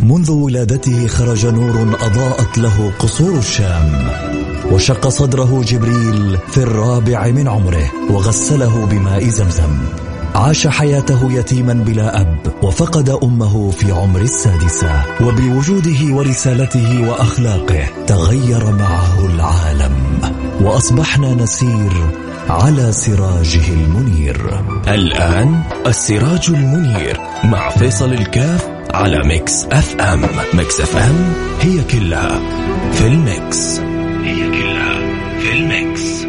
منذ ولادته خرج نور أضاءت له قصور الشام، وشق صدره جبريل في 4 من عمره وغسله بماء زمزم. عاش حياته يتيما بلا أب، وفقد أمه في عمر 6، وبوجوده ورسالته وأخلاقه تغير معه العالم، وأصبحنا نسير على سراجه المنير. الآن السراج المنير مع فيصل الكاف على ميكس اف ام. ميكس اف ام هي كلها في الميكس، هي كلها في الميكس.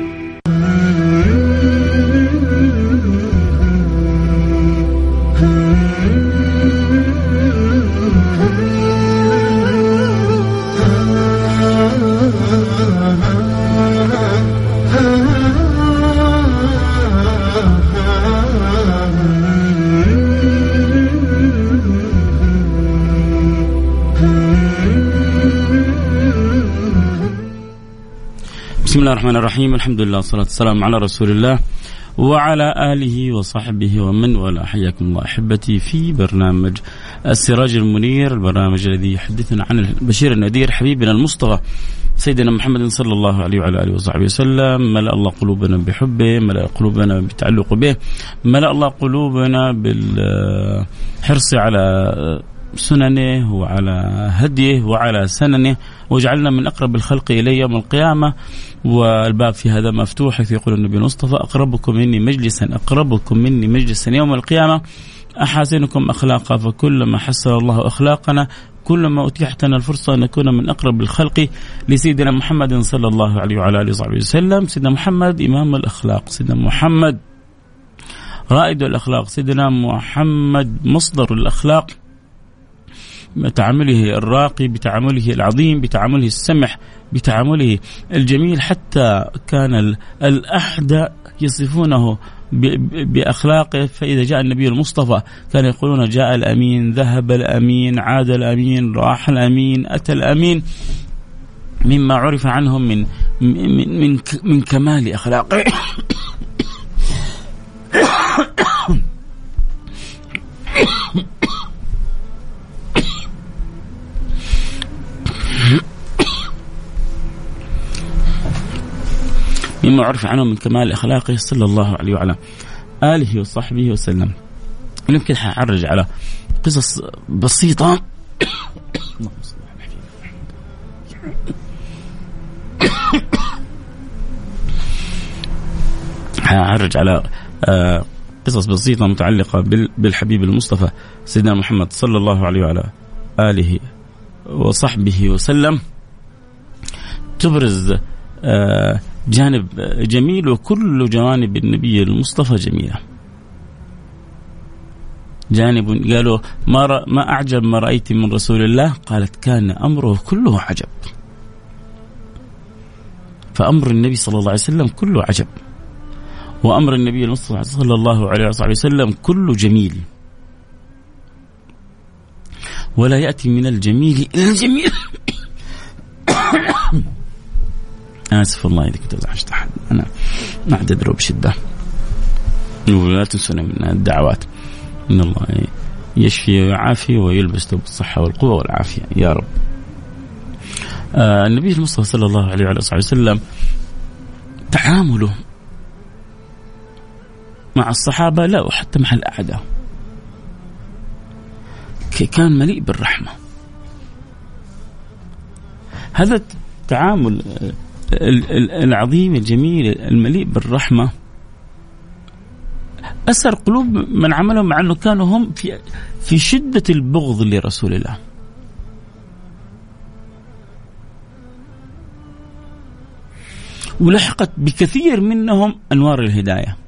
بسم الله الرحمن الرحيم. الحمد لله والصلاة والسلام على رسول الله وعلى آله وصحبه ومن والاه. حياكم الله أحبتي في برنامج السراج المنير، البرنامج الذي يحدثنا عن البشير النذير حبيبنا المصطفى سيدنا محمد صلى الله عليه وعلى آله وصحبه وسلم. ملأ الله قلوبنا بحبه، ملأ قلوبنا بالتعلق به، ملأ الله قلوبنا بالحرص على سننه وعلى هديه وعلى سننه، وجعلنا من أقرب الخلق إليه يوم القيامة. والباب في هذا مفتوح، حيث يقول النبي المصطفى: أقربكم مني مجلسا أقربكم مني مجلسا يوم القيامة أحاسنكم أخلاقا. فكلما حسن الله أخلاقنا كلما أتيحتنا الفرصة أن نكون من أقرب الخلق لسيدنا محمد صلى الله عليه وعلى آله وصحبه وسلم. سيدنا محمد إمام الأخلاق، سيدنا محمد رائد الأخلاق، سيدنا محمد مصدر الأخلاق، بتعامله الراقي، بتعامله العظيم، بتعامله السمح، بتعامله الجميل. حتى كان الأحدى يصفونه بأخلاقه. فإذا جاء النبي المصطفى كان يقولون: جاء الأمين، ذهب الأمين، عاد الأمين، راح الأمين، أتى الأمين، مما عرف عنهم من كمال أخلاقه. مما عرف عنه من كمال أخلاقه صلى الله عليه وعلى آله وصحبه وسلم. يمكن حأعرج على قصص بسيطة حأعرج على قصص بسيطة متعلقة بالحبيب المصطفى سيدنا محمد صلى الله عليه وعلى آله وصحبه وسلم، تبرز جانب جميل، وكل جوانب النبي المصطفى جميلة. جانب قالوا: ما أعجب ما رأيت من رسول الله؟ قالت: كان أمره كله عجب. فأمر النبي صلى الله عليه وسلم كله عجب، وأمر النبي المصطفى صلى الله عليه وسلم كله جميل، ولا يأتي من الجميل إلا الجميل. آسف والله إذا كنت أزعجت أحد، أنا أعتذر بشدة، ولا تنسون من الدعوات إن الله يشفي ويعافي ويلبس ثوب الصحة والقوة والعافية يا رب. النبي المصطفى صلى الله عليه وسلم تعامله مع الصحابة لا وحتى مع الأعداء كان مليء بالرحمة. هذا التعامل العظيم الجميل المليء بالرحمة أثر قلوب من عملهم، مع أنه كانوا هم في شدة البغض لرسول الله. ولحقت بكثير منهم أنوار الهداية.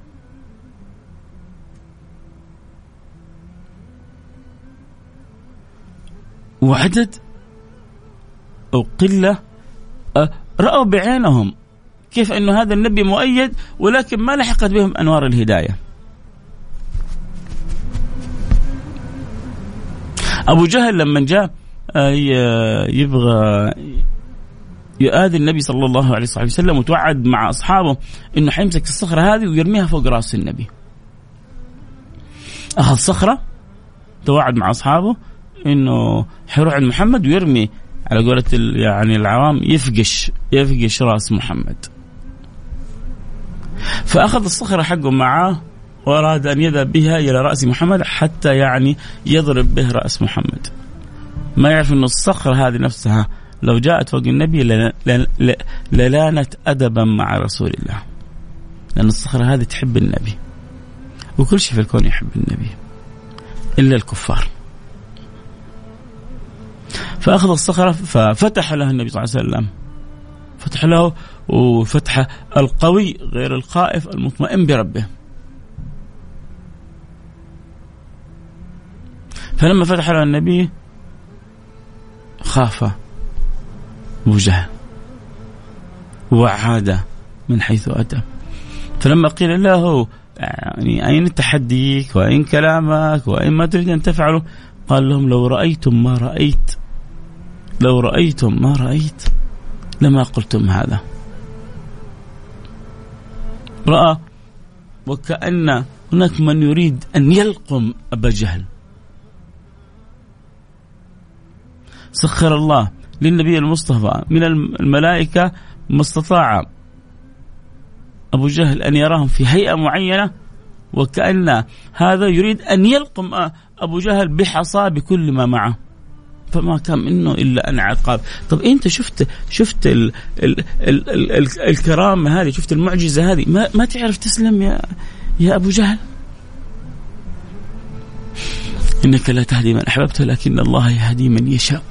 وعدد أو قلة رأوا بعينهم كيف أنه هذا النبي مؤيد، ولكن ما لحقت بهم أنوار الهداية. أبو جهل لما جاء يبغى يؤذي النبي صلى الله عليه وسلم، وتوعد مع أصحابه أنه حيمسك الصخرة هذه ويرميها فوق رأس النبي. أخذ صخرة، توعد مع أصحابه إنه حيروح عند محمد ويرمي على قولة يعني العوام يفقش رأس محمد. فأخذ الصخرة حقه معه وأراد أن يذهب بها إلى رأس محمد حتى يعني يضرب به رأس محمد. ما يعرف أن الصخرة هذه نفسها لو جاءت فوق النبي للانت أدبا مع رسول الله، لأن الصخرة هذه تحب النبي، وكل شيء في الكون يحب النبي إلا الكفار. فأخذ الصخرة ففتح له النبي صلى الله عليه وسلم، فتح له وفتح القوي غير الخائف المطمئن بربه. فلما فتح له النبي خاف أبو جهل وعاد من حيث أتى. فلما قيل له يعني أين تحديك وأين كلامك وأين ما تريد أن تفعله، قال لهم لو رأيتم ما رأيت، لو رأيتم ما رأيت لما قلتم هذا. رأى وكأن هناك من يريد أن يلقم أبا جهل. سخر الله للنبي المصطفى من الملائكة ما استطاع أبو جهل أن يراهم في هيئة معينة، وكأن هذا يريد أن يلقم أبو جهل بحصى بكل ما معه، فما كان منه إلا أن عقاب. طب أنت شفت الكرامة هذه، شفت المعجزة هذه، ما تعرف تسلم يا أبو جهل؟ إنك لا تهدي من أحببت لكن الله يهدي من يشاء.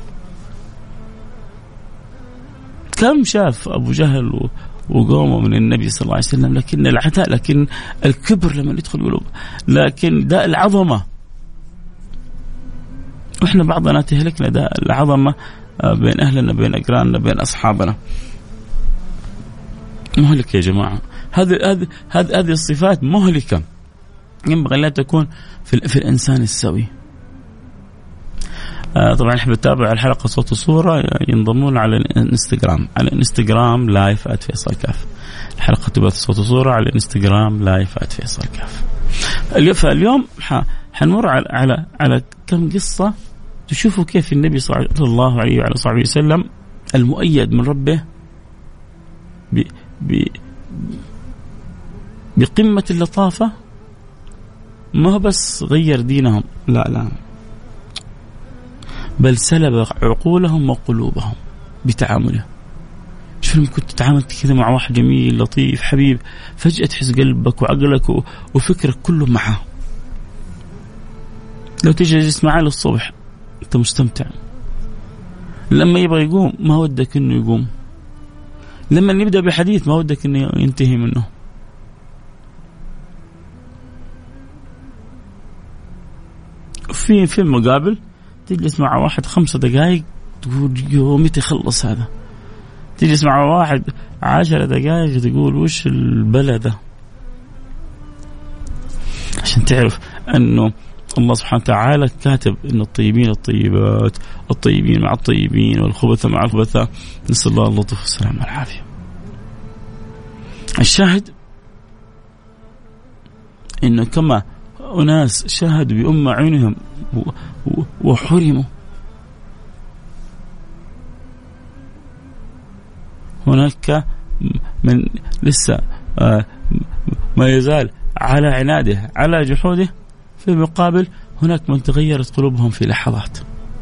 كم شاف أبو جهل وقومه من النبي صلى الله عليه وسلم، لكن العتاء، لكن الكبر لما يدخل قلوب، لكن داء العظمة. وإحنا بعضنا تهلكنا داء العظمة بين أهلنا، بين أقراننا، بين أصحابنا. مهلك يا جماعة، هذه الصفات مهلكة، ينبغي لا تكون في الإنسان السوي. طبعا نحب نتابع الحلقة صوت وصورة، ينضمون على الانستغرام، على الانستغرام لايف @فيصل كاف. الحلقة تبث صوت وصورة على الانستغرام لايف @فيصل كاف. فاليوم حنمر على كم قصة تشوفوا كيف النبي صلى الله عليه وعلى صحبه وسلم المؤيد من ربه بقمة اللطافة. ما بس غير دينهم، لا، بل سلب عقولهم وقلوبهم بتعامله. شوف لما كنت تعاملت كذا مع واحد جميل لطيف حبيب، فجأة تحس قلبك وعقلك وفكرك كله معه. لو تجلس معاه للصبح أنت مستمتع، لما يبغى يقوم ما ودك إنه يقوم، لما نبدأ بحديث ما ودك إنه ينتهي منه. في المقابل تجلس مع واحد 5 دقائق تقول يومي تخلص هذا، تجلس مع واحد 10 دقائق تقول وش البلد. عشان تعرف أنه الله سبحانه وتعالى كاتب أن الطيبين الطيبات، الطيبين مع الطيبين، والخبثة مع الخبثة. نسأل الله اللطف والسلام والعافية. الشاهد إنه كما أناس شاهدوا بأم عينهم وحرموا، هناك من لسه ما يزال على عناده على جحوده، في المقابل هناك من تغيرت قلوبهم في لحظات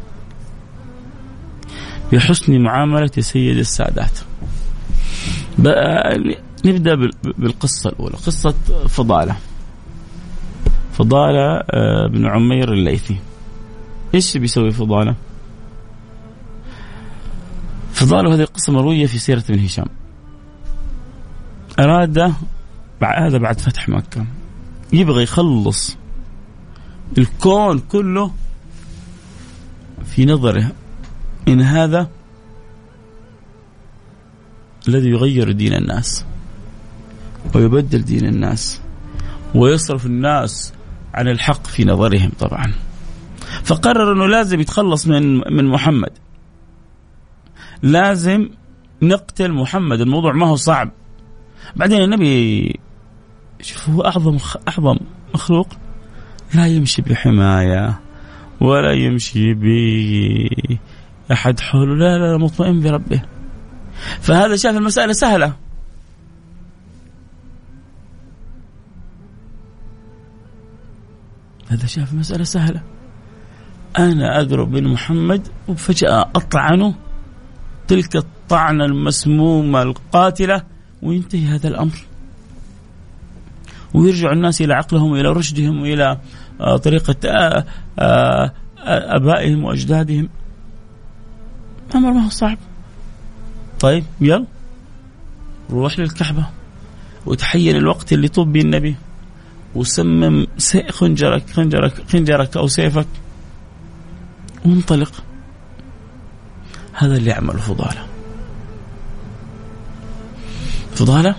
بحسن معاملة سيد السادات. نبدأ بالقصة الأولى، قصة فضالة بن عمير الليثي. إيش بيسوي فضالة؟ هذه القصة مروية في سيرة ابن هشام. أراد بعد فتح مكة يبغى يخلص الكون كله في نظره إن هذا الذي يغير دين الناس ويبدل دين الناس ويصرف الناس عن الحق في نظرهم طبعا. فقرر أنه لازم يتخلص من محمد، لازم نقتل محمد. الموضوع ما هو صعب. بعدين النبي شوف هو أعظم مخلوق، لا يمشي بحماية ولا يمشي بأحد حوله، لا مطمئن بربه. فهذا شاف المسألة سهلة. هذا شاف المسألة سهلة، أنا أقرب من محمد وفجأة أطعنه تلك الطعنة المسمومة القاتلة وينتهي هذا الأمر، ويرجع الناس إلى عقلهم وإلى رشدهم وإلى طريقة أبائهم وأجدادهم. أمر ما هو صعب. طيب يلا روح للكعبة وتحين الوقت اللي طب به النبي، وسمم خنجرك أو سيفك وانطلق. هذا اللي يعمل فضالة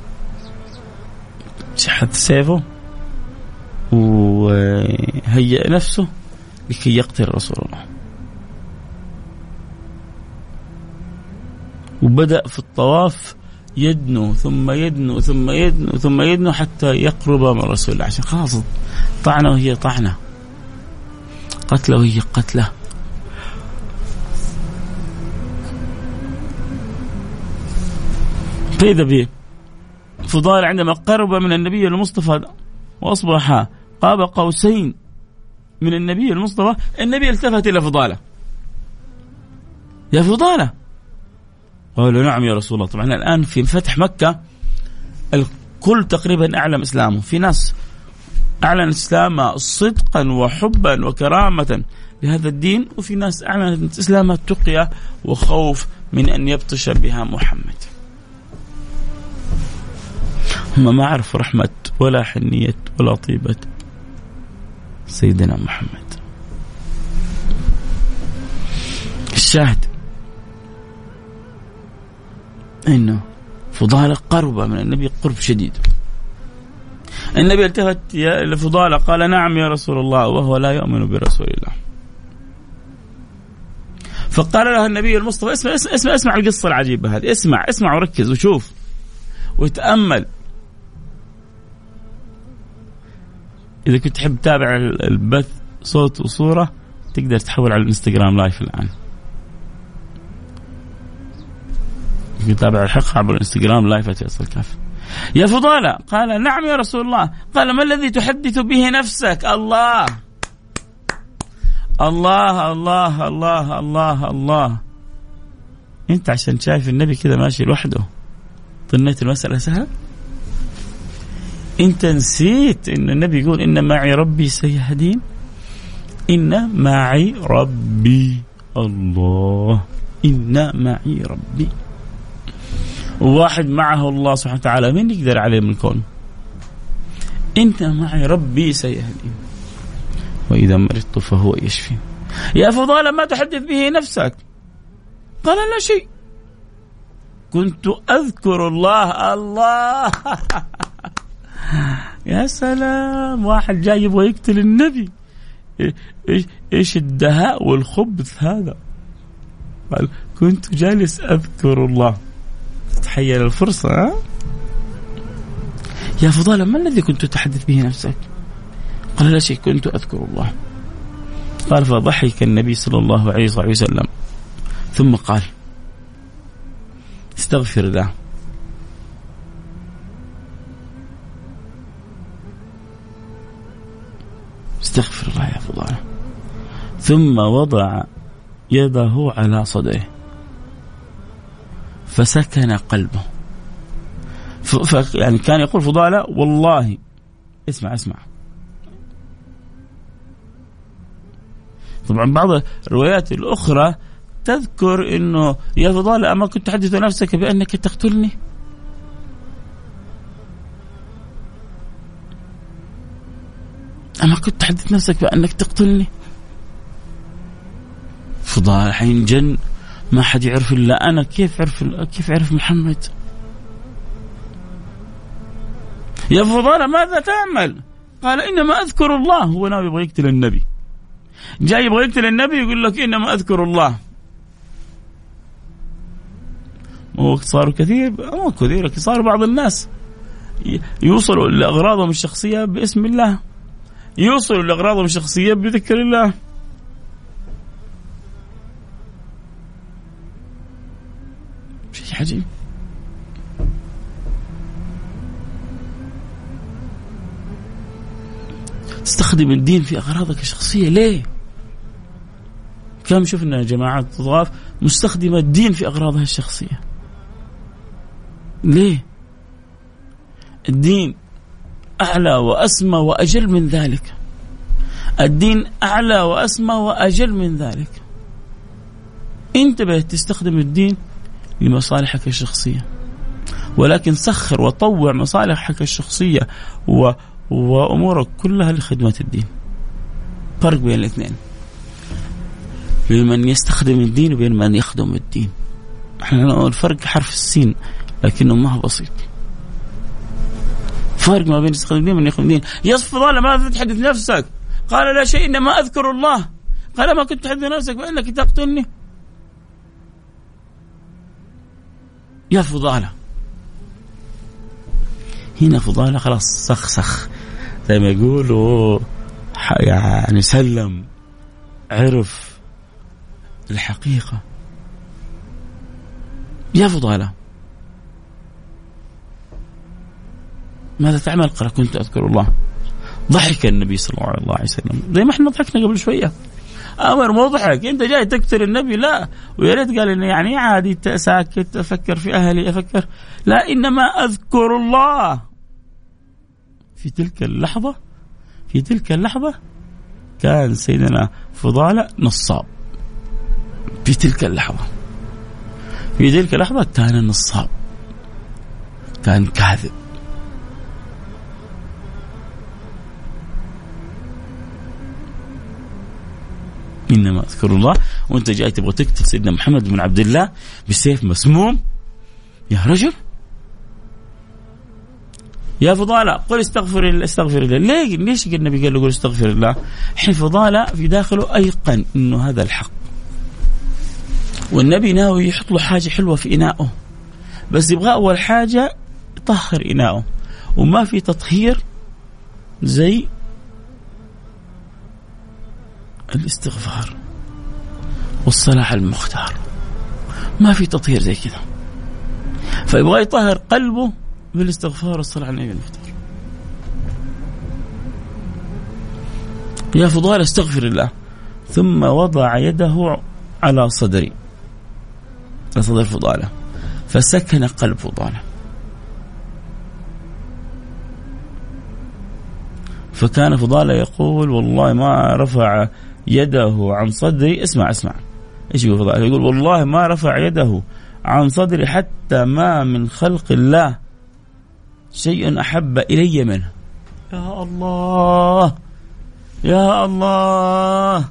شحذ سيفه وهيئ نفسه لكي يقتل رسول الله، وبدأ في الطواف يدنو ثم يدنو ثم يدنو ثم يدنو حتى يقرب من رسول الله، عشان خلاص طعنه وهي طعنه، قتله وهي قتله. فإذا به فضال عندما قرب من النبي المصطفى وأصبح قاب قوسين من النبي المصطفى، النبي التفت إلى فضالة، يا فضالة. قال نعم يا رسول الله. طبعا الآن في فتح مكة الكل تقريبا أعلم إسلامه، في ناس أعلن إسلامه صدقا وحبا وكرامة لهذا الدين، وفي ناس أعلنت إسلامها تقية وخوف من أن يبطش بها محمد. هم ما عرفوا رحمة ولا حنية ولا طيبة سيدنا محمد. الشاهد إنه فضالة قرب من النبي قرب شديد. النبي التفت إلى فضالة قال نعم يا رسول الله، وهو لا يؤمن برسول الله. فقال له النبي المصطفى اسمع القصة العجيبة هذه، اسمع وركز وشوف وتأمل. إذا كنت تحب تتابع البث صوت وصورة تقدر تحول على الانستغرام لايف الآن، تتابع الحلقة عبر الانستغرام لايف @فيصل كاف. يا فضالة قال نعم يا رسول الله. قال ما الذي تحدث به نفسك؟ الله الله الله الله الله الله. انت عشان شايف النبي كذا ماشي لوحده ظنيت المسألة سهلة؟ انت نسيت ان النبي يقول ان معي ربي سيهدين، ان معي ربي، الله ان معي ربي. وواحد معه الله سبحانه وتعالى من يقدر عليه من الكون؟ انت معي ربي سيهدين واذا مرضت فهو يشفين. يا فضالة ما تحدث به نفسك؟ قال لا شيء، كنت أذكر الله. الله يا سلام، واحد جاي يبغى يقتل النبي، إيش الدهاء والخبث هذا؟ قال كنت جالس أذكر الله. تحيل الفرصة. يا فضالة ما الذي كنت تحدث به نفسك؟ قال لا شيء، كنت أذكر الله. قال فضحك النبي صلى الله عليه وسلم ثم قال استغفر الله. استغفر الله يا فضالة. ثم وضع يده على صدره فسكن قلبه. يعني كان يقول فضالة والله اسمع طبعا بعض الروايات الأخرى تذكر إنه يا فضالة أما كنت تحدث نفسك بأنك تقتلني؟ أما كنت تحدث نفسك بأنك تقتلني؟ فضالة حين جن ما حد يعرف إلا أنا، كيف عرف محمد؟ يا فضالة ماذا تعمل؟ قال إنما أذكر الله. هو ناوي يبغى يقتل النبي، جاي يبغى يقتل النبي يقول لك إنما أذكر الله. صاروا كثير صاروا بعض الناس يوصلوا لأغراضهم الشخصية باسم الله، يوصلوا لأغراضهم الشخصية بذكر الله. عجيب. تستخدم الدين في أغراضك الشخصية ليه؟ كم شفنا جماعات طواف مستخدمة الدين في أغراضها الشخصية ليه؟ الدين أعلى وأسمى وأجل من ذلك. الدين أعلى وأسمى وأجل من ذلك. انتبه تستخدم الدين لمصالحك الشخصية، ولكن سخر وطوع مصالحك الشخصية وأمورك كلها لخدمة الدين. فرق بين الاثنين، بين من يستخدم الدين وبين من يخدم الدين. احنا الفرق حرف السين لكنه ما هو بسيط. فرق ما بين يستخدم الدين ومن يخدم الدين. يصف ضالة ماذا تحدث نفسك؟ قال لا شيء إنما أذكر الله. قال ما كنت تحدث نفسك فإنك تقتلني. يا فضالة، هنا فضالة خلاص سخ زي ما يقولوا، يعني سلم، عرف الحقيقة. يا فضالة ماذا تعمل؟ قال كنت أذكر الله. ضحك النبي صلى الله عليه وسلم زي ما احنا ضحكنا قبل شوية. أمر مو ضحك، أنت جاي تقتل النبي؟ لا. ويا ريت قال إنه يعني عادي ساكت أفكر في أهلي أفكر، لا، إنما أذكر الله. في تلك اللحظة كان سيدنا فضالة نصاب. في تلك اللحظة كان نصاب، كان كاذب. إنما أذكر الله، وأنت جاي تبغى تقتل سيدنا محمد بن عبد الله بسيف مسموم؟ يا رجل يا فضالة قل استغفر الله. ليش النبي قال له قل استغفر الله؟ حين فضالة في داخله أيقن إنه هذا الحق، والنبي ناوي يحط له حاجة حلوة في إناؤه، بس يبغى أول حاجة يطهر إناؤه، وما في تطهير زي الاستغفار والصلاة على المختار. ما في تطهير زي كذا، فيبغى يطهر قلبه بالاستغفار والصلاة على النبي المختار. يا فضال استغفر الله. ثم وضع يده على صدر فضالة فسكن قلب فضالة، فكان فضالة يقول والله ما رفع يده عن صدري. اسمع ايش يقول فضالة؟ يقول والله ما رفع يده عن صدري حتى ما من خلق الله شيء أحب إلي منه. يا الله يا الله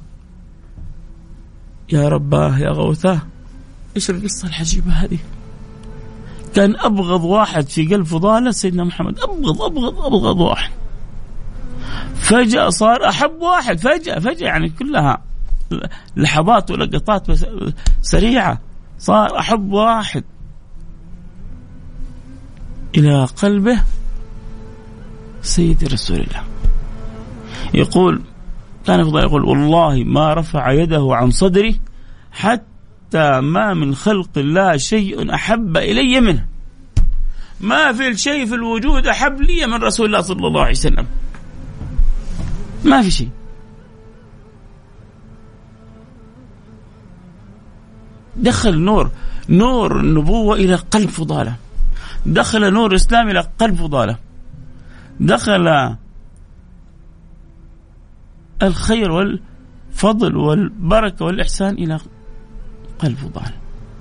يا رباه يا غوثاه. إيش القصة الحجيبة هذه؟ كان أبغض واحد في قلب فضالة سيدنا محمد، أبغض واحد، فجأة صار أحب واحد. فجأة يعني كلها لحظات ولقطات سريعة، صار أحب واحد إلى قلبه سيد رسول الله. يقول كان فضالة يقول والله ما رفع يده عن صدري حتى ما من خلق الله شيء أحب إلي منه. ما في شيء في الوجود أحب لي من رسول الله صلى الله عليه وسلم، ما في شيء. دخل نور النبوة إلى قلب فضالة، دخل نور الإسلام إلى قلب فضالة، دخل الخير والفضل والبركة والإحسان إلى قلب فضالة.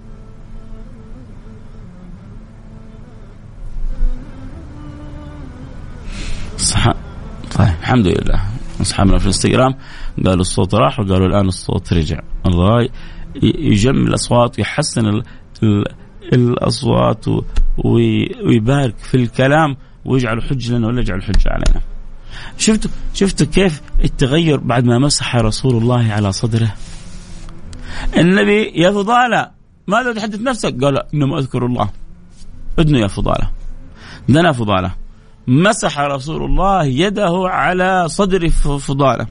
طيب الحمد لله أصحابنا في الانستغرام قالوا الصوت راح، وقالوا الآن الصوت رجع. الله يجمل الأصوات ويحسن الأصوات ويبارك في الكلام ويجعل حجة لنا ولا يجعل حجة علينا. شفتوا كيف التغير بعد ما مسح رسول الله على صدره النبي؟ يا فضالة ماذا تحدث نفسك؟ قال إنما أذكر الله. ادنوا يا فضالة، دنا فضالة. مسح رسول الله يده على صدر فضالة.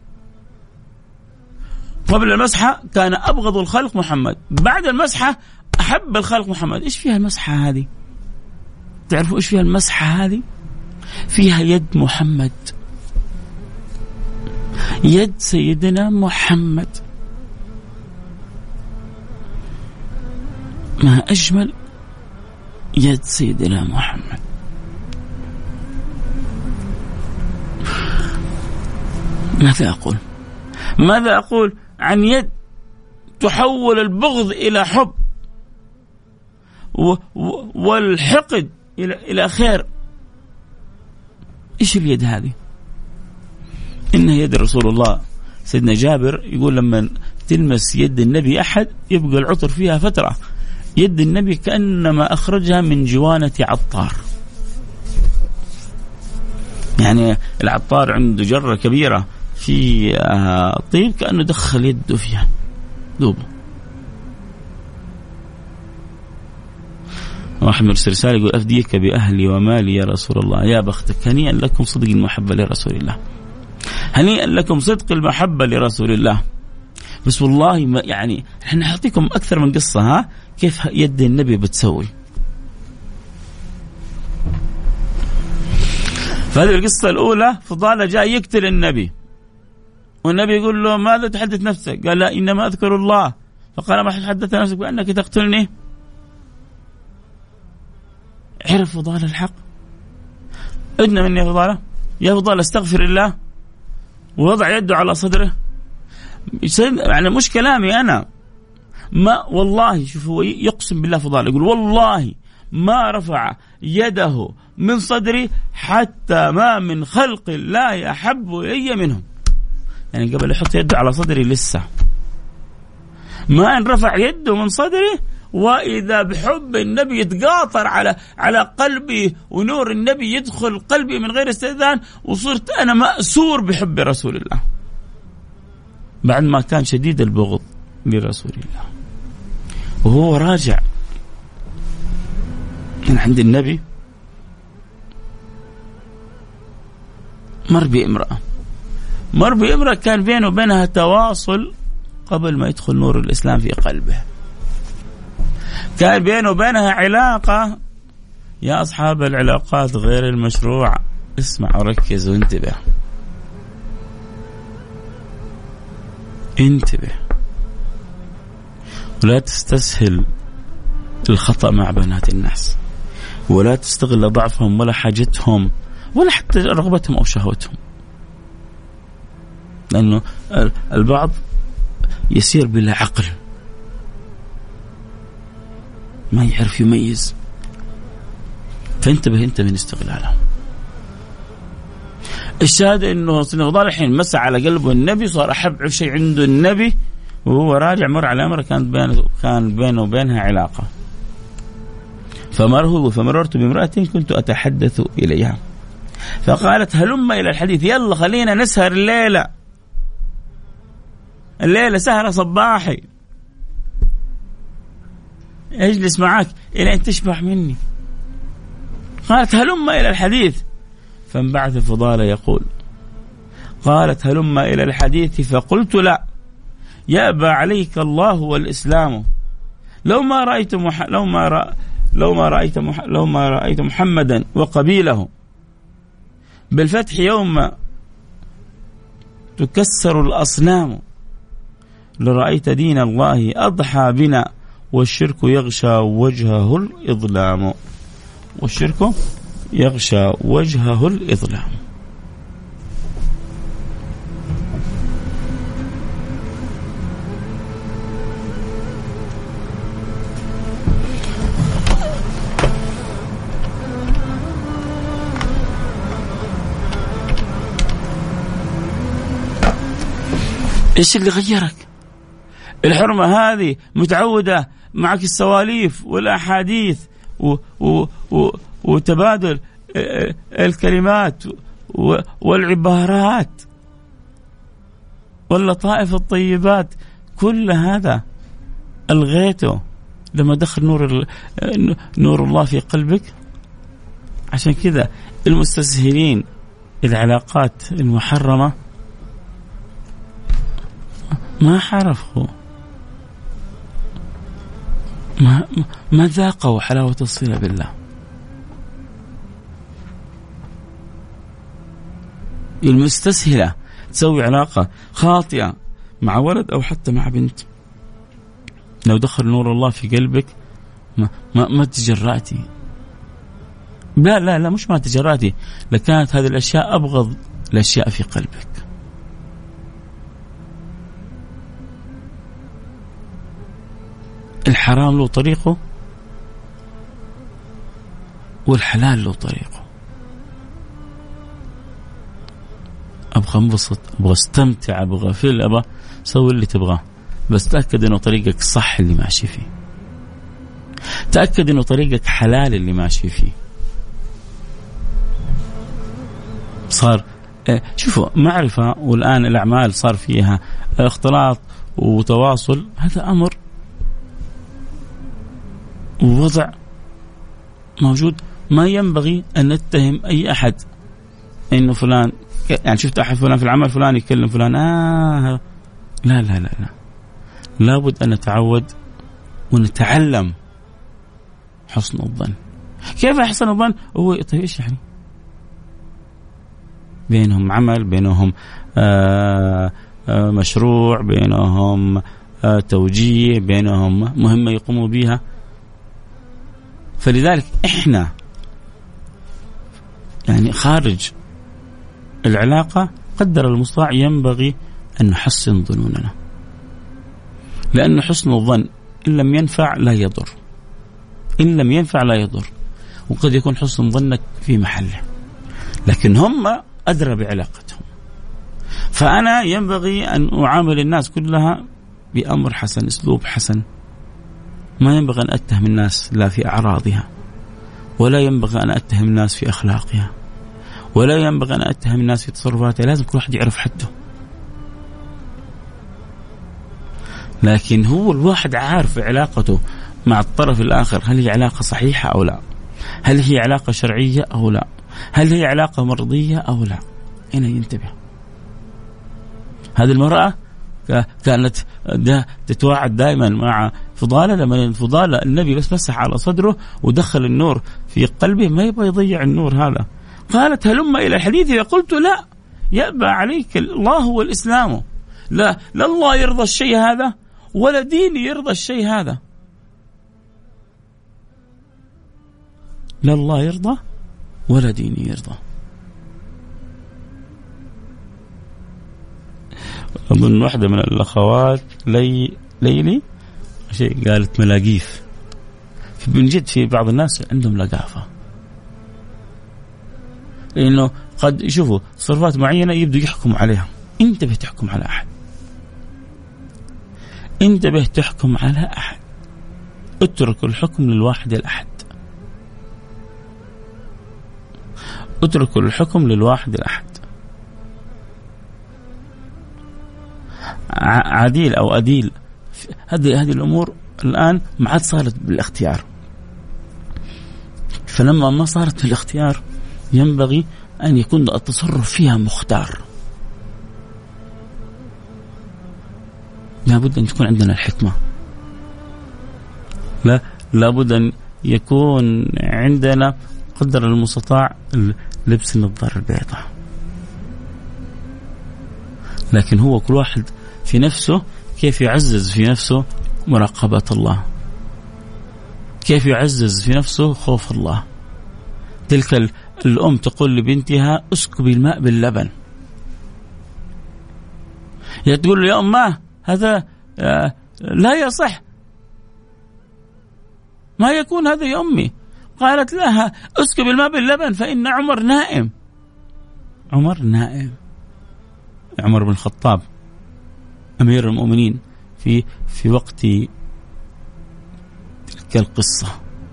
قبل المسحة كان أبغض الخلق محمد، بعد المسحة أحب الخلق محمد. إيش فيها المسحة هذه؟ تعرفوا إيش فيها المسحة هذه؟ فيها يد محمد، يد سيدنا محمد. ما أجمل يد سيدنا محمد. ماذا أقول عن يد تحول البغض إلى حب والحقد إلى خير؟ إيش اليد هذه؟ إنها يد رسول الله. سيدنا جابر يقول لما تلمس يد النبي أحد يبقى العطر فيها فترة. يد النبي كأنما أخرجها من جوانة عطار. يعني العطار عنده جرة كبيرة في طيب، كأنه دخل يده فيها دوبه. واحد مرسل رسالة يقول أفديك بأهلي ومالي يا رسول الله. يا بختك، هنيئا لكم صدق المحبة لرسول الله، هنيئا لكم صدق المحبة لرسول الله. بس والله ما يعني احنا نعطيكم أكثر من قصة كيف يد النبي بتسوي. فهذه القصة الأولى، فضالة جاء يقتل النبي، والنبي يقول له ماذا تحدث نفسك؟ قال لا إنما أذكر الله. فقال ما حدثت نفسك بأنك تقتلني؟ عرف فضالة الحق. أدنى مني يا فضالة، يا فضالة استغفر الله، ووضع يده على صدره. يعني مش كلامي أنا، ما والله شوفوا يقسم بالله فضالة يقول والله ما رفع يده من صدري حتى ما من خلق لا يحب إلي منهم. يعني قبل يحط يده على صدري لسه ما ان رفع يده من صدري، وإذا بحب النبي يتقاطر على قلبي، ونور النبي يدخل قلبي من غير استئذان، وصرت أنا مأسور بحب رسول الله بعد ما كان شديد البغض لرسول الله. وهو راجع من عند النبي مر بامرأة كان بينه وبينها تواصل قبل ما يدخل نور الإسلام في قلبه، كان بينه وبينها علاقة. يا أصحاب العلاقات غير المشروع اسمع وركز وانتبه، ولا تستسهل الخطأ مع بنات الناس، ولا تستغل ضعفهم ولا حاجتهم ولا حتى رغبتهم أو شهوتهم، لأنه البعض يسير بلا عقل، ما يعرف يميز، فانتبه انت من استغلالهم. الشاهد انه سنغضال الحين مسع على قلبه النبي، صار احب شيء عنده النبي، وهو راجع مر على امر كان بينه وبينها علاقه. فمررت بامرأة كنت اتحدث اليها فقالت هلم الى الحديث، يلا خلينا نسهر الليله سهره صباحي، اجلس معك الى ان تشبع مني. قالت هلم الى الحديث، فانبعث فضالة يقول قالت هلم إلى الحديث فقلت لا، يأبى عليك الله والإسلام، لو ما رأيت محمدا وقبيله بالفتح يوم تكسر الأصنام، لرأيت دين الله أضحى بنا، والشرك يغشى وجهه الإظلام، والشرك يغشى وجهه الإظلام. إيش اللي غيرك؟ الحرمة هذه متعودة معك السواليف والأحاديث وتبادل الكلمات والعبارات واللطائف الطيبات، كل هذا ألغيته لما دخل نور الله في قلبك. عشان كذا المستسهلين العلاقات المحرمة ما ما ذاقوا حلاوة الصلة بالله. المستسهلة تسوي علاقة خاطئة مع ولد أو حتى مع بنت، لو دخل نور الله في قلبك ما تجرأتي. لا مش ما تجرأتي، لكانت هذه الأشياء أبغض الأشياء في قلبك. الحرام له طريقه والحلال له طريقه. أبغى انبسط، أبغى استمتع، أبغى فيل، أبغى سوي اللي تبغاه، بس تأكد إنه طريقك صح اللي ماشي فيه، تأكد إنه طريقك حلال اللي ماشي فيه. صار شوفوا معرفة، والآن الأعمال صار فيها اختلاط وتواصل، هذا أمر ووضع موجود. ما ينبغي أن نتهم أي أحد إنه فلان، يعني شفت أحد فلان في العمل فلان يكلم فلان لا لا لا لا، لابد أن نتعود ونتعلم حسن الظن. كيف حسن الظن؟ هو طيب إيش يعني؟ بينهم عمل، بينهم مشروع، بينهم توجيه، بينهم مهمة يقوموا بها. فلذلك إحنا يعني خارج العلاقة قدر المستطاع ينبغي أن نحسن ظنوننا، لأن حسن الظن إن لم ينفع لا يضر، إن لم ينفع لا يضر. وقد يكون حسن ظنك في محله، لكن هم أدرى بعلاقتهم. فأنا ينبغي أن أعامل الناس كلها بأمر حسن، أسلوب حسن. ما ينبغي أن أتهم الناس لا في أعراضها، ولا ينبغي أن أتهم الناس في أخلاقها، ولا ينبغي أن أتهم الناس في تصرفاتها. لازم كل واحد يعرف حده. لكن هو الواحد عارف علاقته مع الطرف الآخر، هل هي علاقة صحيحة أو لا؟ هل هي علاقة شرعية أو لا؟ هل هي علاقة مرضية أو لا؟ هنا ينتبه. هذه المرأة كانت تتواعد دائما مع فضالة، لما الفضالة النبي بس مسح على صدره ودخل النور في قلبه، ما يبغى يضيع النور هذا. قالت هلم إلى الحديث، فقلت لا، يأبى عليك الله والإسلام، لا الله يرضى الشيء هذا ولا ديني يرضى الشيء هذا، لا الله يرضى ولا ديني يرضى. أظن واحدة من الأخوات ليلي شيء قالت ملاقيف. من جد في بعض الناس عندهم لقافة، لأنه قد يشوفوا تصرفات معينة يبدو يحكم عليها. انتبه تحكم على أحد، انتبه تحكم على أحد، اترك الحكم للواحد الأحد، اترك الحكم للواحد الأحد. عديل أو أديل، هذه الأمور الآن ما عاد صارت بالاختيار. فلما ما صارت بالاختيار ينبغي أن يكون التصرف فيها مختار. لابد أن تكون عندنا الحكمة، لابد أن يكون عندنا قدر المستطاع لبس النظارة البيضاء. لكن هو كل واحد في نفسه كيف يعزز في نفسه مراقبة الله، كيف يعزز في نفسه خوف الله. تلك الأم تقول لبنتها اسكبي الماء باللبن، هي تقول له يا أمه هذا لا يصح، ما يكون هذا يا أمي. قالت لها اسكب الماء باللبن فإن عمر نائم. عمر نائم، عمر بن الخطاب أمير المؤمنين في وقت تلك القصة.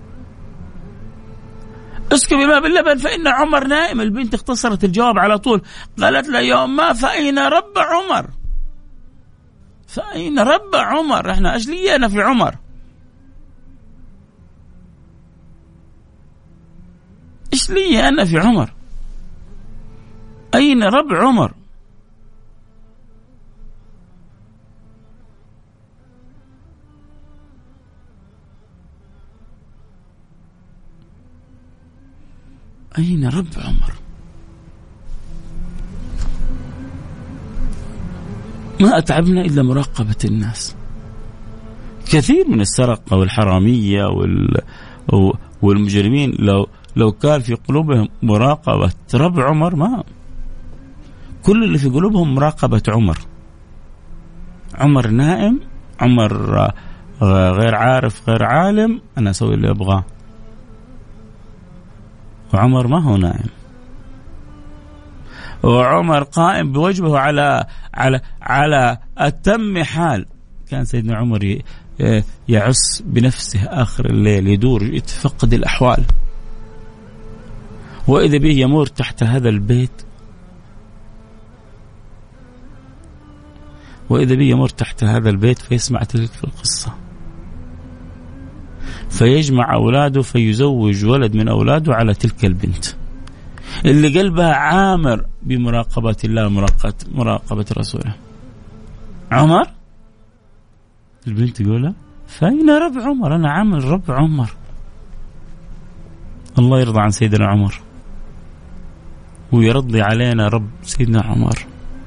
اسكب الماء باللبن فإن عمر نائم. البنت اختصرت الجواب على طول، قالت له يا أمه فأين رب عمر؟ فأين رب عمر؟ احنا ايش لي أنا في عمر؟ ايش لي أنا في عمر؟ أين رب عمر؟ أين رب عمر؟ ما أتعبنا إلا مراقبة الناس. كثير من السرقة والحرامية والمجرمين لو كان في قلوبهم مراقبة رب عمر، ما كل اللي في قلوبهم مراقبة عمر نائم، عمر غير عارف غير عالم، أنا أسوي اللي أبغاه. وعمر ما هو نائم، وعمر قائم بوجبه على أتم حال. كان سيدنا عمر يعس بنفسه آخر الليل، يدور يتفقد الأحوال، وإذا به يمر تحت هذا البيت، فيسمع تلك القصة، فيجمع أولاده فيزوج ولد من أولاده على تلك البنت اللي قلبها عامر بمراقبة الله مراقبة رسوله. عمر البنت تقول فأين رب عمر؟ أنا عامل رب عمر. الله يرضى عن سيدنا عمر ويرضي علينا رب سيدنا عمر،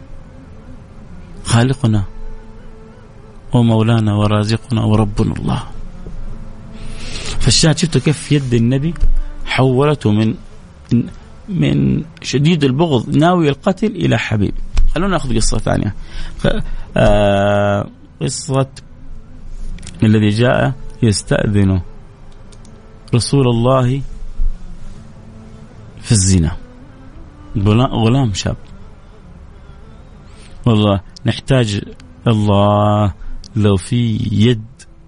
خالقنا ومولانا ورازقنا وربنا الله. فالشاهد شفتوا كيف يد النبي حولته من شديد البغض ناوي القتل إلى حبيب. خلونا نأخذ قصة ثانية، قصة الذي جاء يستأذن رسول الله في الزنا. غلام شاب، والله نحتاج الله لو في يد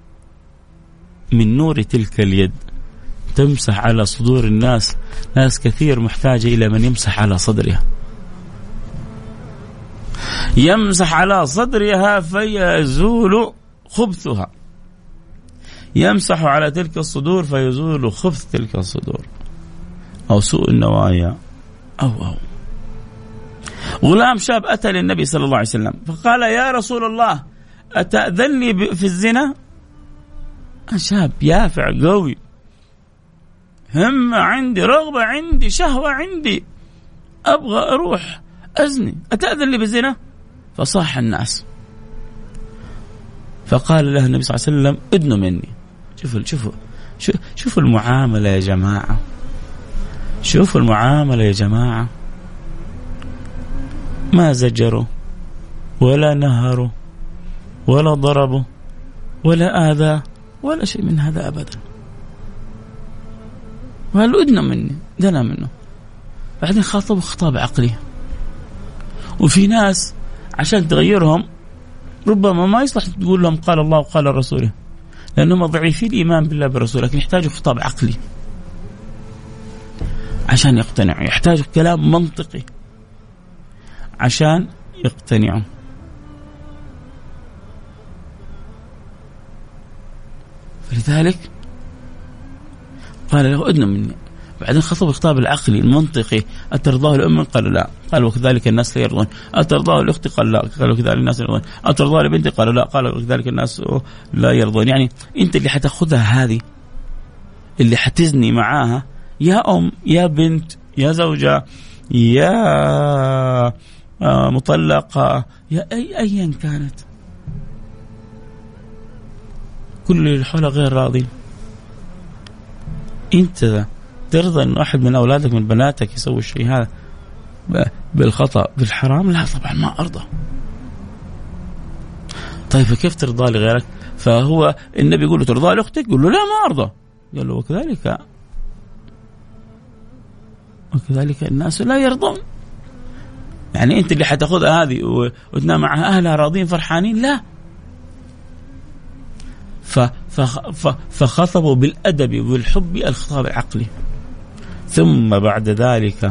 من نور تلك اليد تمسح على صدور الناس. ناس كثير محتاجة إلى من يمسح على صدرها، يمسح على صدرها فيزول خبثها، يمسح على تلك الصدور فيزول خبث تلك الصدور أو سوء النوايا أو غلام شاب أتى للنبي صلى الله عليه وسلم فقال يا رسول الله أتأذن لي في الزنا؟ شاب يافع قوي، همة عندي، رغبة عندي، شهوة عندي، أبغى أروح أزني، أتأذن لي بالزنا؟ فصاح الناس، فقال له النبي صلى الله عليه وسلم ادنوا مني. شوفوا المعاملة يا جماعة، شوفوا المعاملة يا جماعة. ما زجروا ولا نهروا ولا ضربوا ولا آذى ولا شيء من هذا أبدا. وقالوا ادنا مني، دنا منه. بعدين خاطبوا خطاب عقلي. وفي ناس عشان تغيرهم ربما ما يصلح تقول لهم قال الله وقال رسوله، لأنهم ضعيفين الإيمان بالله برسوله، لكن يحتاجوا خطاب عقلي عشان يقتنعوا، يحتاجوا كلام منطقي عشان يقتنعوا. فلذلك قال له ادنا مني. بعدين خطب الخطاب العقلي المنطقي، أترضاه لأمك؟ قالوا لا. قال وكذلك الناس لا يرضون. أترضاه لأختي؟ قال لا. قال وكذلك الناس لا يرضون. أترضاه لبنتي؟ قالوا لا. قال وكذلك الناس لا يرضون. يعني أنت اللي حتاخذها هذه، اللي حتزني معاها، يا أم يا بنت يا زوجة يا مطلقة يا أيا كانت، كل اللي حولها غير راضين. أنت ترضى أن أحد من أولادك من بناتك يسوي الشيء هذا بالخطأ بالحرام؟ لا طبعا ما أرضى. طيب كيف ترضى لغيرك؟ فهو النبي يقول له ترضى لأختك؟ يقول له لا ما أرضى. قال له وكذلك الناس لا يرضون. يعني أنت اللي حتاخذها هذه وتنام معها أهلها راضين فرحانين؟ لا. فخطبوا بالأدب والحب الخطاب العقلي. ثم بعد ذلك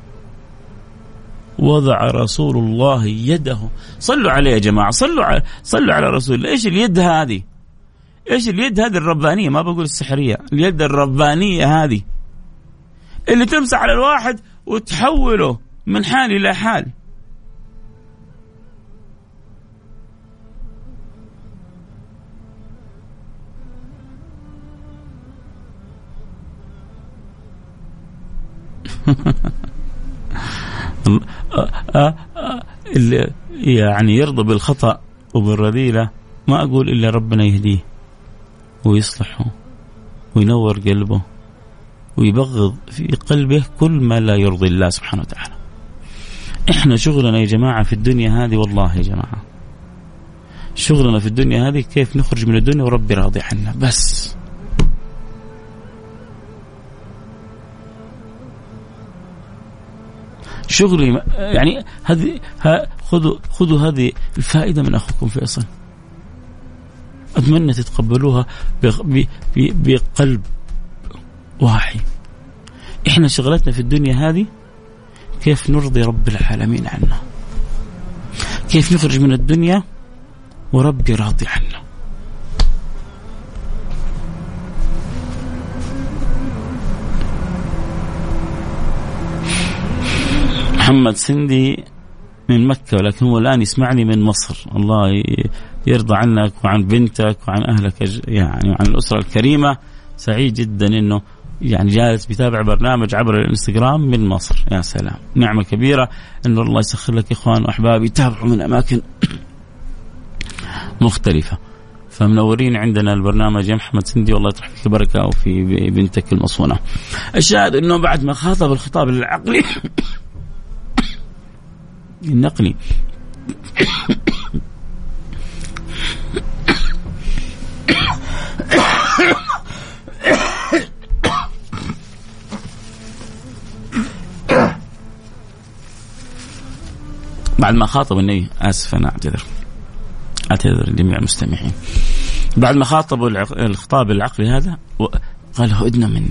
وضع رسول الله يده. صلوا عليه يا جماعة، صلوا على رسول الله. إيش اليد هذه؟ إيش اليد هذه الربانية؟ ما بقول السحرية، اليد الربانية هذه اللي تمسح على الواحد وتحوله من حال إلى حال. اللي يعني يرضى بالخطأ وبالرذيلة ما أقول إلا ربنا يهديه ويصلحه وينور قلبه ويبغض في قلبه كل ما لا يرضي الله سبحانه وتعالى. إحنا شغلنا يا جماعة في الدنيا هذه، والله يا جماعة شغلنا في الدنيا هذه كيف نخرج من الدنيا وربي راضي عنا بس. شغلي يعني هذه خذوا هذه الفائدة من أخوكم فيصل، أتمنى تتقبلوها بقلب واحد. إحنا شغلتنا في الدنيا هذه كيف نرضي رب العالمين عنا، كيف نخرج من الدنيا وربي راضي عنا. محمد سندي من مكة ولكن هو الآن يسمعني من مصر. الله يرضى عنك وعن بنتك وعن أهلك يعني وعن الأسرة الكريمة. سعيد جدا إنه يعني جالس بيتابع برنامج عبر الانستغرام من مصر. يا سلام، نعمة كبيرة إنه الله يسخر لك إخوان وأحباب يتابعوا من أماكن مختلفة. فمنورين عندنا البرنامج يا محمد سندي، والله يطرح فيك بركة وفي بنتك المصونة. الشاهد إنه بعد ما خاطب الخطاب العقلي النقلي بعد ما خاطب النبي، آسف أنا أعتذر لجميع المستمعين، بعد ما خاطبوا الخطاب العقلي هذا قال له ادنى مني،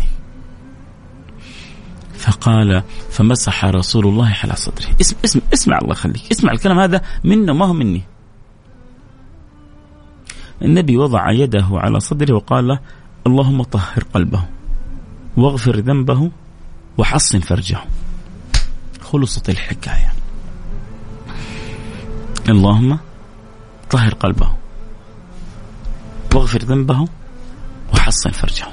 فقال فمسح رسول الله على صدره. اسمع الله خليك اسمع الكلام هذا منه ما هو مني. النبي وضع يده على صدره وقال له اللهم طهر قلبه واغفر ذنبه وحصن فرجه. خلصت الحكاية. اللهم طهر قلبه واغفر ذنبه وحصن فرجه.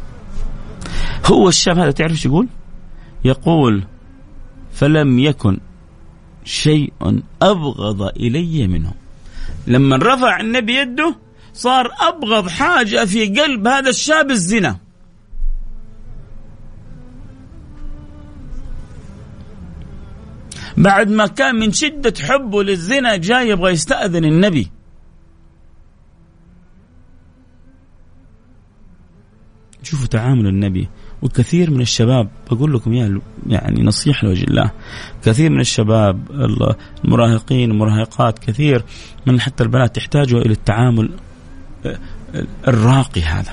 هو الشاب هذا تعرف يقول؟ يقول فلم يكن شيء أبغض إلي منه. لما رفع النبي يده صار أبغض حاجة في قلب هذا الشاب الزنا. بعد ما كان من شدة حبه للزنا جاي يبغى يستأذن النبي. شوفوا تعامل النبي. وكثير من الشباب بقول لكم يعني نصيحة لوجه الله، كثير من الشباب المراهقين المراهقات، كثير من حتى البنات يحتاجوا إلى التعامل الراقي هذا.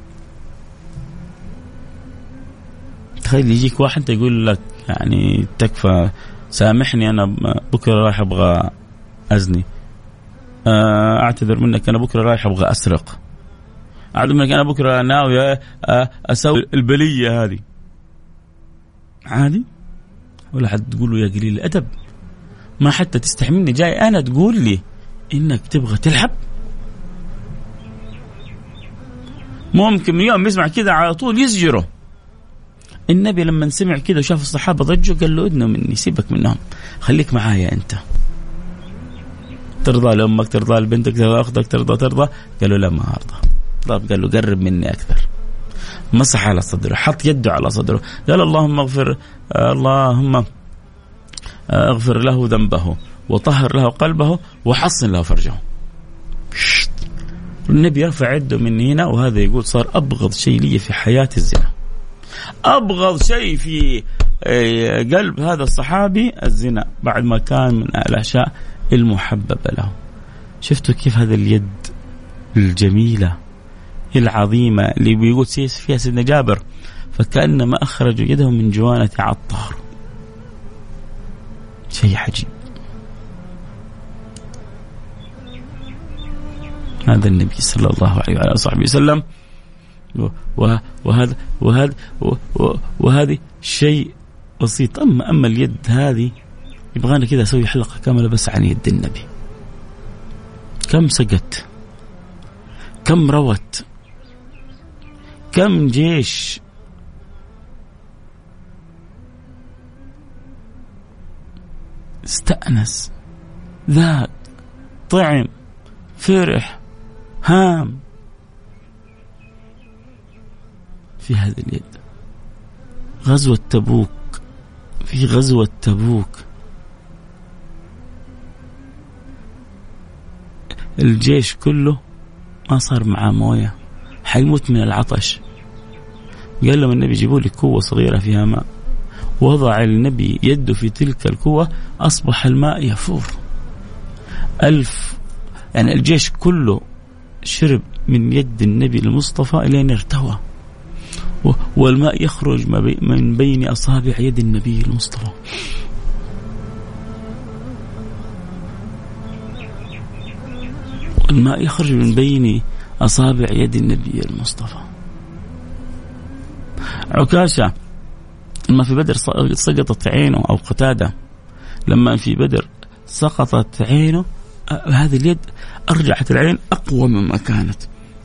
تخيل يجيك واحد يقول لك يعني تكفى سامحني أنا بكرة رايح أبغى أزني، أعتذر منك أنا بكرة رايح أبغى أسرق، أعلم منك أنا بكرة ناوي أسوي البلية هذه. عادي ولا حد تقول له يا قليل الأدب؟ ما حتى تستحملني جاي أنا تقول لي إنك تبغى تلعب؟ ممكن يوم يسمع كذا على طول يزجره. النبي لما سمع كذا وشاف الصحابة ضجوا قال له ادنوا مني، سيبك منهم، خليك معايا أنت. ترضى لأمك، ترضى لبنتك، ترضى أختك، ترضى. قال له لا ما أرضى. طب قال له قرب مني أكثر. مسح على صدره، حط يده على صدره، قال اللهم اغفر له ذنبه وطهر له قلبه وحصن له فرجه. النبي يرفع يده من هنا، وهذا يقول صار أبغض شيء لي في حياة الزنا، أبغض شيء في قلب هذا الصحابي الزنا، بعد ما كان من الأشياء المحببة له. شفتوا كيف هذا اليد الجميلة العظيمة اللي بيقول فيها سيدنا جابر فكأنما أخرجوا يده من جوانة عطار. شيء عجيب. هذا النبي صلى الله عليه وعلى صحبه وسلم. وهذه شيء بسيط. أما اليد هذه يبغانا كذا أسوي حلقة كاملة بس عن يد النبي. كم سقت، كم روت، كم جيش استأنس، ذاق، طعم، فرح، هام في هذه اليد. غزوة تبوك، في غزوة تبوك الجيش كله ما صار معاه موية، حيموت من العطش. قال لهم النبي جيبوا لي كوة صغيرة فيها ماء، وضع النبي يده في تلك الكوة، أصبح الماء يفور. يعني الجيش كله شرب من يد النبي المصطفى إلى أن ارتوى، والماء يخرج من بين أصابع يد النبي المصطفى. الماء يخرج من بين أصابع يد النبي المصطفى. عكاشة لما في بدر سقطت عينه، أو قتادة لما في بدر سقطت عينه، هذه اليد أرجعت العين أقوى مما كانت.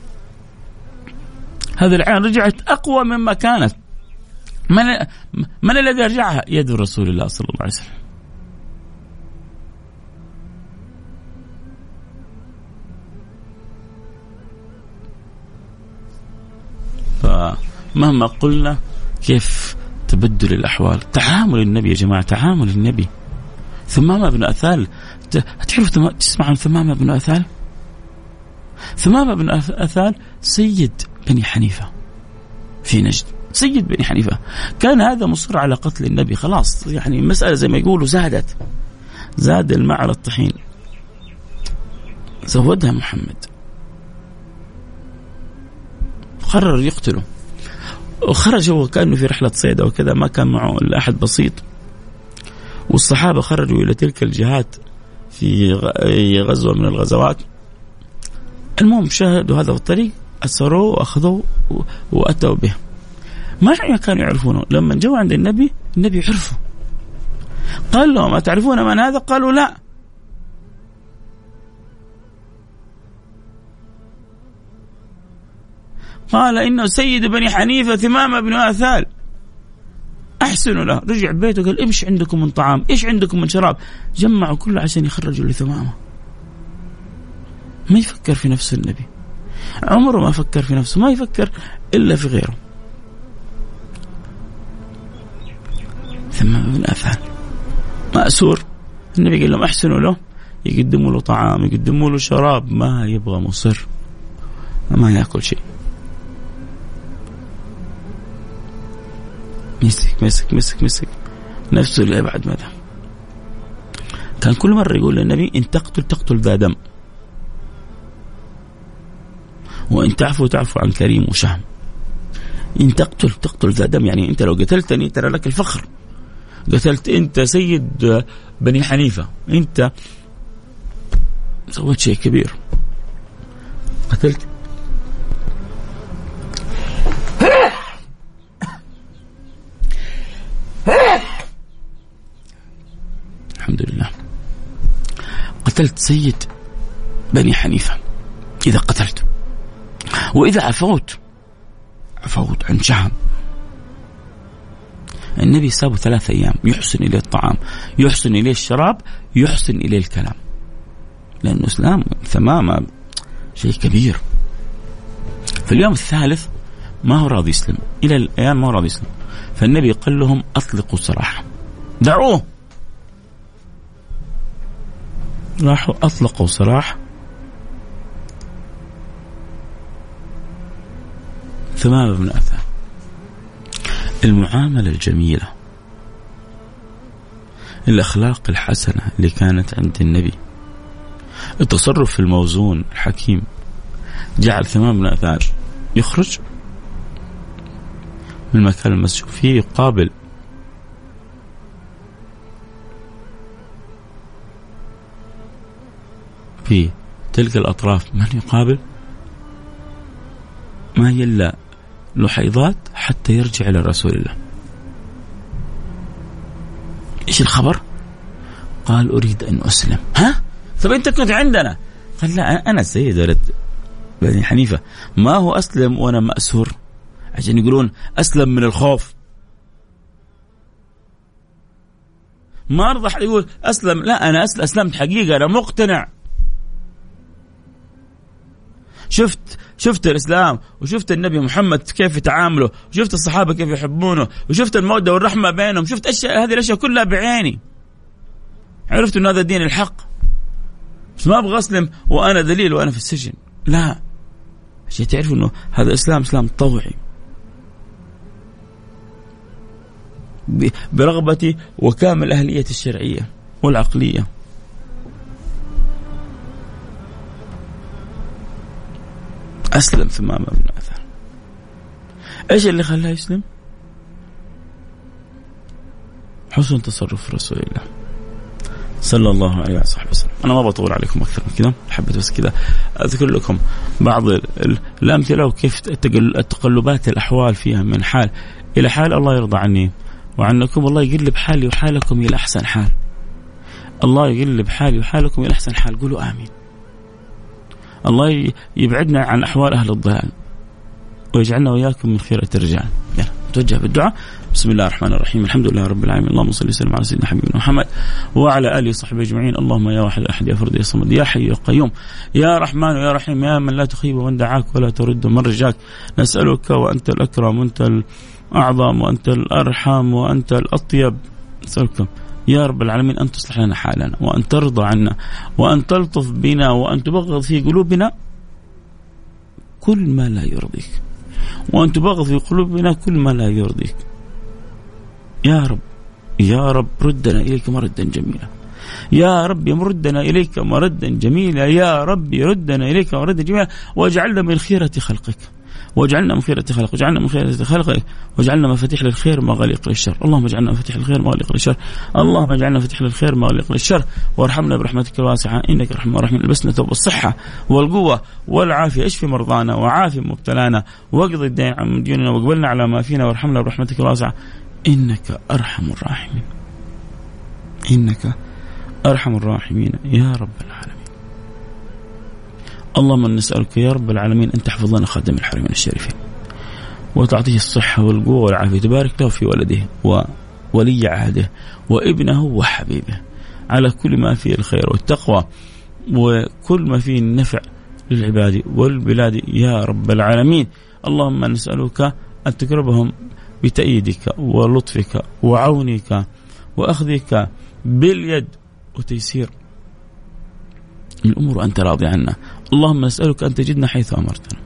هذه العين رجعت أقوى مما كانت. من الذي أرجعها؟ يد رسول الله صلى الله عليه وسلم. فمهما قلنا كيف تبدل الأحوال، تعامل النبي يا جماعة، تعامل النبي. ثمامة بن أثال، تعرف تسمع عن ثمامة بن أثال؟ ثمامة بن أثال سيد بني حنيفة في نجد، سيد بني حنيفة. كان هذا مصر على قتل النبي، خلاص يعني مسألة زي ما يقولوا زاد الماء على الطحين، زودها محمد، قرر يقتله. وخرج هو كأنه في رحلة صيد أو كذا، ما كان معه إلا أحد بسيط، والصحابة خرجوا إلى تلك الجهات في غزوة من الغزوات. المهم شاهدوا هذا الطريق، أسروه وأخذوه وأتوا به. ما كانوا يعرفونه. لما جاءوا عند النبي عرفوا. قال لهم أتعرفون من هذا؟ قالوا لا. قال إنه سيد بني حنيفة ثمامة بن أثال، أحسنوا له. رجع بيته قال إيش عندكم من طعام، إيش عندكم من شراب؟ جمعوا كله عشان يخرجوا لثمامة. ما يفكر في نفس النبي، عمره ما فكر في نفسه، ما يفكر إلا في غيره. ثمامة بن أثال مأسور. النبي قال لهم أحسنوا له، يقدموا له طعام، يقدموا له شراب، ما يبغى، مصر ما يأكل شيء. مسك نفسه لأبعد مدى. كان كل مرة يقول للنبي إن تقتل ذا دم، وإن تعفو عن كريم وشهم. إن تقتل ذا دم، يعني أنت لو قتلتني ترى لك الفخر، قتلت أنت سيد بني حنيفة، أنت سويت شيء كبير، قتلت. الحمد لله قتلت سيد بني حنيفة. إذا قتلت، وإذا عفوت عن شهم. النبي سابه 3 أيام يحسن إليه الطعام، يحسن إليه الشراب، يحسن إليه الكلام، لأنه إسلام ثمامة شيء كبير. في اليوم الثالث ما هو راضي يسلم، إلى الآن ما هو راضي يسلم. فالنبي قال لهم أطلقوا سراحه، دعوه. راحوا أطلقوا سراح ثمامة بن أثال. المعاملة الجميلة، الأخلاق الحسنة اللي كانت عند النبي، التصرف في الموزون الحكيم، جعل ثمامة بن أثال يخرج من مكان المسجد فيه، يقابل في تلك الأطراف من يقابل، ما هي إلا لحيضات حتى يرجع إلى رسول الله. إيش الخبر؟ قال أريد أن أسلم. ها؟ طب أنت كنت عندنا؟ قال لا، أنا سيد ولد بني حنيفة. ما هو أسلم وأنا مأسور؟ عشان يقولون أسلم من الخوف. ما أرضى أحد يقول أسلم، لا أنا أسلمت حقيقة، أنا مقتنع. شفت الإسلام وشفت النبي محمد كيف يتعاملوا، وشفت الصحابة كيف يحبونه، وشفت المودة والرحمة بينهم، شفت هذه الأشياء كلها بعيني، عرفت أن هذا دين الحق. بس ما أبغى أسلم وأنا دليل وأنا في السجن، لا، عشان تعرفوا أنه هذا إسلام طوعي برغبتي وكامل أهليتي الشرعية والعقلية. أسلم ثم أمام الأثر. إيش اللي خلاه يسلم؟ حسن تصرف رسول الله صلى الله عليه وسلم. أنا ما بطول عليكم أكثر من كذا، حبيت بس كذا أذكر لكم بعض الأمثلة وكيف التقلبات الأحوال فيها من حال إلى حال. الله يرضى عني وعنكم، الله يقلب حالي وحالكم إلى أحسن حال. الله يقلب حالي وحالكم إلى أحسن حال. قولوا آمين. الله يبعدنا عن أحوال أهل الضلال ويجعلنا وإياكم من خيرة الرجال. نتوجه بالدعاء. بسم الله الرحمن الرحيم، الحمد لله رب العالمين، اللهم صل وسلم على سيدنا حبيبنا محمد وعلى آله وصحبه أجمعين. اللهم يا واحد أحد يا فرد يا صمد يا حي يا قيوم يا رحمن يا رحيم يا من لا تخيب من دعاك ولا ترد من رجاك، نسألك وأنت الأكرم وأنت الأعظم وأنت الأرحم وأنت الأطيب، نسألك يا رب العالمين أن تصلح لنا حالنا، وأن ترضى عنا، وأن تلطف بنا، وأن تبغض في قلوبنا كل ما لا يرضيك، وأن تبغض في قلوبنا كل ما لا يرضيك. يا رب يا رب ردنا إليك مردا جميلا، يا رب مردنا إليك مردا جميلا، يا رب ردنا إليك مردا جميلا، واجعلنا من خيرة خلقك، واجعلنا من خيرة خلقك، واجعلنا من خيرة خلقك، واجعلنا مفاتيح للخير مغاليق للشر. اللهم اجعلنا مفاتيح للخير مغاليق للشر، اللهم اجعلنا مفاتيح للخير مغاليق للشر، وارحمنا برحمتك الواسعة إنك الرحمن الرحيم. البسنا توب الصحة والقوة والعافية، اشفي مرضانا وعافي مبتلانا، واقضي الدين عن مديوننا، واقبلنا على ما فينا، وارحمنا برحمتك الواسعة إنك أرحم الراحمين، إنك أرحم الراحمين يا رب العالمين. اللهم نسألك يا رب العالمين أن تحفظ لنا خادم الحرمين الشريفين، وتعطيه الصحة والقوة والعافية، تبارك له في ولده وولي عهده وابنه وحبيبه، على كل ما فيه الخير والتقوى وكل ما فيه النفع للعباد والبلاد يا رب العالمين. اللهم نسألك أن تقربهم بتأييدك ولطفك وعونك وأخذك باليد وتيسير الأمور وأنت راضي عنا. اللهم نسألك أن تجدنا حيث أمرتنا،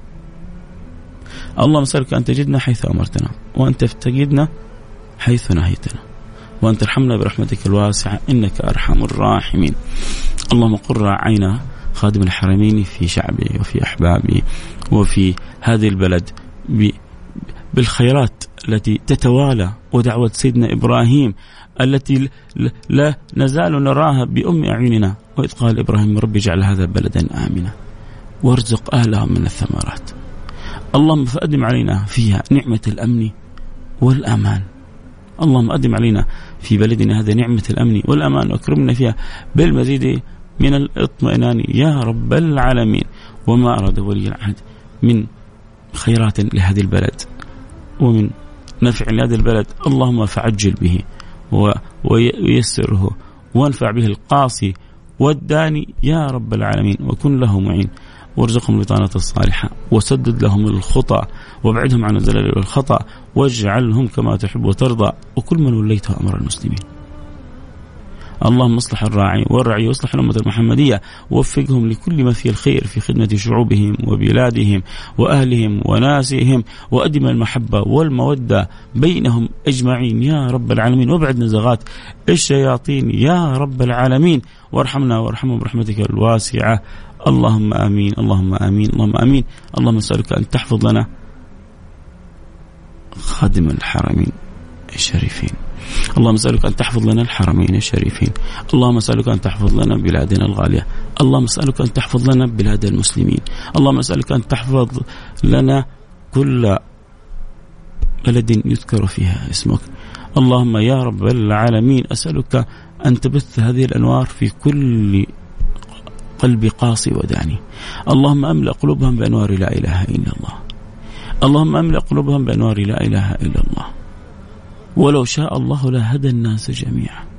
اللهم نسألك أن تجدنا حيث أمرتنا، وأن تفتقدنا حيث نهيتنا، وأن ترحمنا برحمتك الواسعة إنك أرحم الراحمين. اللهم قر عين خادم الحرمين في شعبي وفي أحبابي وفي هذه البلد بالخيرات التي تتوالى، ودعوة سيدنا إبراهيم التي لا نزال نراها بأم أعيننا، وإذ قال إبراهيم رب اجعل هذا بلدا آمنا وارزق أهلهم من الثمرات. اللهم فأدم علينا فيها نعمة الأمن والأمان، اللهم أدم علينا في بلدنا هذا نعمة الأمن والأمان، واكرمنا فيها بالمزيد من الاطمئنان يا رب العالمين. وما أراد ولي العهد من خيرات لهذه البلد ومن نفع لهذا البلد اللهم فعجل به ويسره، وانفع به القاصي والداني يا رب العالمين، وكن له معين، وارزقهم البطانة الصالحة، وسدد لهم الخطأ، وابعدهم عن الزلل والخطأ، واجعلهم كما تحب وترضى، وكل من وليته أمر المسلمين. اللهم اصلح الراعي والرعي، واصلح الأمة المحمدية، ووفقهم لكل ما فيه الخير في خدمة شعوبهم وبلادهم وأهلهم وناسهم، وأدم المحبة والمودة بينهم أجمعين يا رب العالمين، وابعد نزغات الشياطين يا رب العالمين، وارحمنا وارحمهم برحمتك الواسعة. اللهم آمين اللهم آمين اللهم آمين. اللهم نسألك أن تحفظ لنا خادم الحرمين الشريفين، اللهم نسألك أن تحفظ لنا الحرمين الشريفين، اللهم نسألك أن تحفظ لنا بلادنا الغالية، اللهم نسألك أن تحفظ لنا بلاد المسلمين، اللهم نسألك أن تحفظ لنا كل بلد يذكر فيها اسمك. اللهم يا رب العالمين أسألك أن تبث هذه الأنوار في كل قلب قاسي وداني. اللهم أملأ قلوبهم بأنوار لا إله إلا الله، اللهم أملأ قلوبهم بأنوار لا إله إلا الله. ولو شاء الله لهدى الناس جميعا،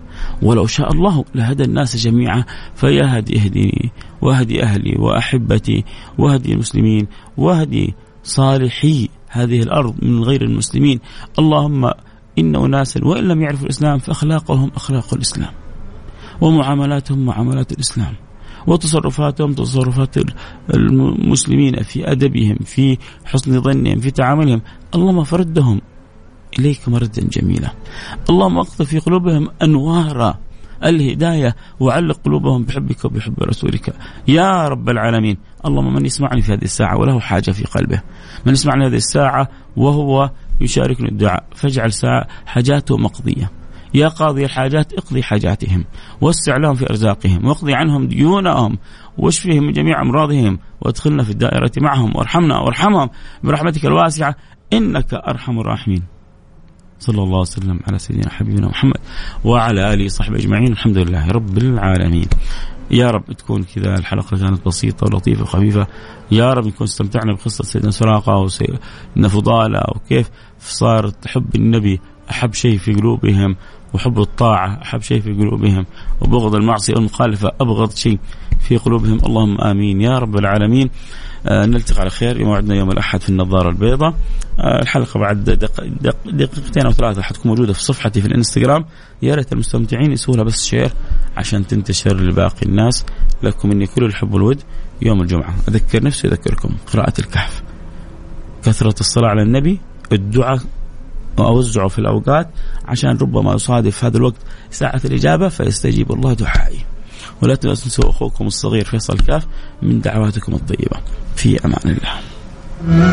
ولو شاء الله لهدى الناس جميعا، فيا هدي اهدني واهدي أهلي وأحبتي واهدي المسلمين واهدي صالحي هذه الأرض من غير المسلمين. اللهم إن أناسا وإن لم يعرفوا الإسلام فأخلاقهم أخلاق الإسلام، ومعاملاتهم معاملات الإسلام، وتصرفاتهم تصرفات المسلمين في أدبهم، في حسن ظنهم، في تعاملهم. اللهم فردهم إليك مردا جميلا. اللهم اقذف في قلوبهم أنوار الهداية، وعلق قلوبهم بحبك وبحب رسولك يا رب العالمين. اللهم من يسمعني في هذه الساعة وله حاجة في قلبه، من يسمعني هذه الساعة وهو يشاركني الدعاء، فاجعل حاجاته مقضية. يا قاضي الحاجات اقضي حاجاتهم، وسع لهم في أرزاقهم، واقضي عنهم ديونهم، واشفهم من جميع أمراضهم، وادخلنا في الدائرة معهم، وارحمنا وارحمهم برحمتك الواسعة إنك أرحم الراحمين. صلى الله وسلم على سيدنا حبيبنا محمد وعلى آله وصحبه أجمعين. الحمد لله رب العالمين. يا رب تكون كذا الحلقة كانت بسيطة ولطيفة وخفيفة. يا رب نكون استمتعنا بقصة سيدنا سراقة وسيدنا فضالة، وكيف صارت حب النبي أحب شيء في قلوبهم، وحب الطاعة أحب شيء في قلوبهم، وبغض المعصية والمخالفة أبغض شيء في قلوبهم. اللهم آمين يا رب العالمين. نلتقي على خير. موعدنا يوم الأحد في النظارة البيضاء. الحلقة بعد دقيقتين أو 3 حتكون موجودة في صفحتي في الانستغرام. يا ريت المستمتعين يسوولها بس شير عشان تنتشر لباقي الناس. لكم مني كل الحب والود. يوم الجمعة أذكر نفسي أذكركم قراءة الكهف، كثرة الصلاة على النبي، الدعاء وأوزعه في الأوقات عشان ربما يصادف هذا الوقت ساعة الإجابة فيستجيب الله دعائي. ولا تنسوا أخوكم الصغير فيصل كاف من دعواتكم الطيبة. في أمان الله.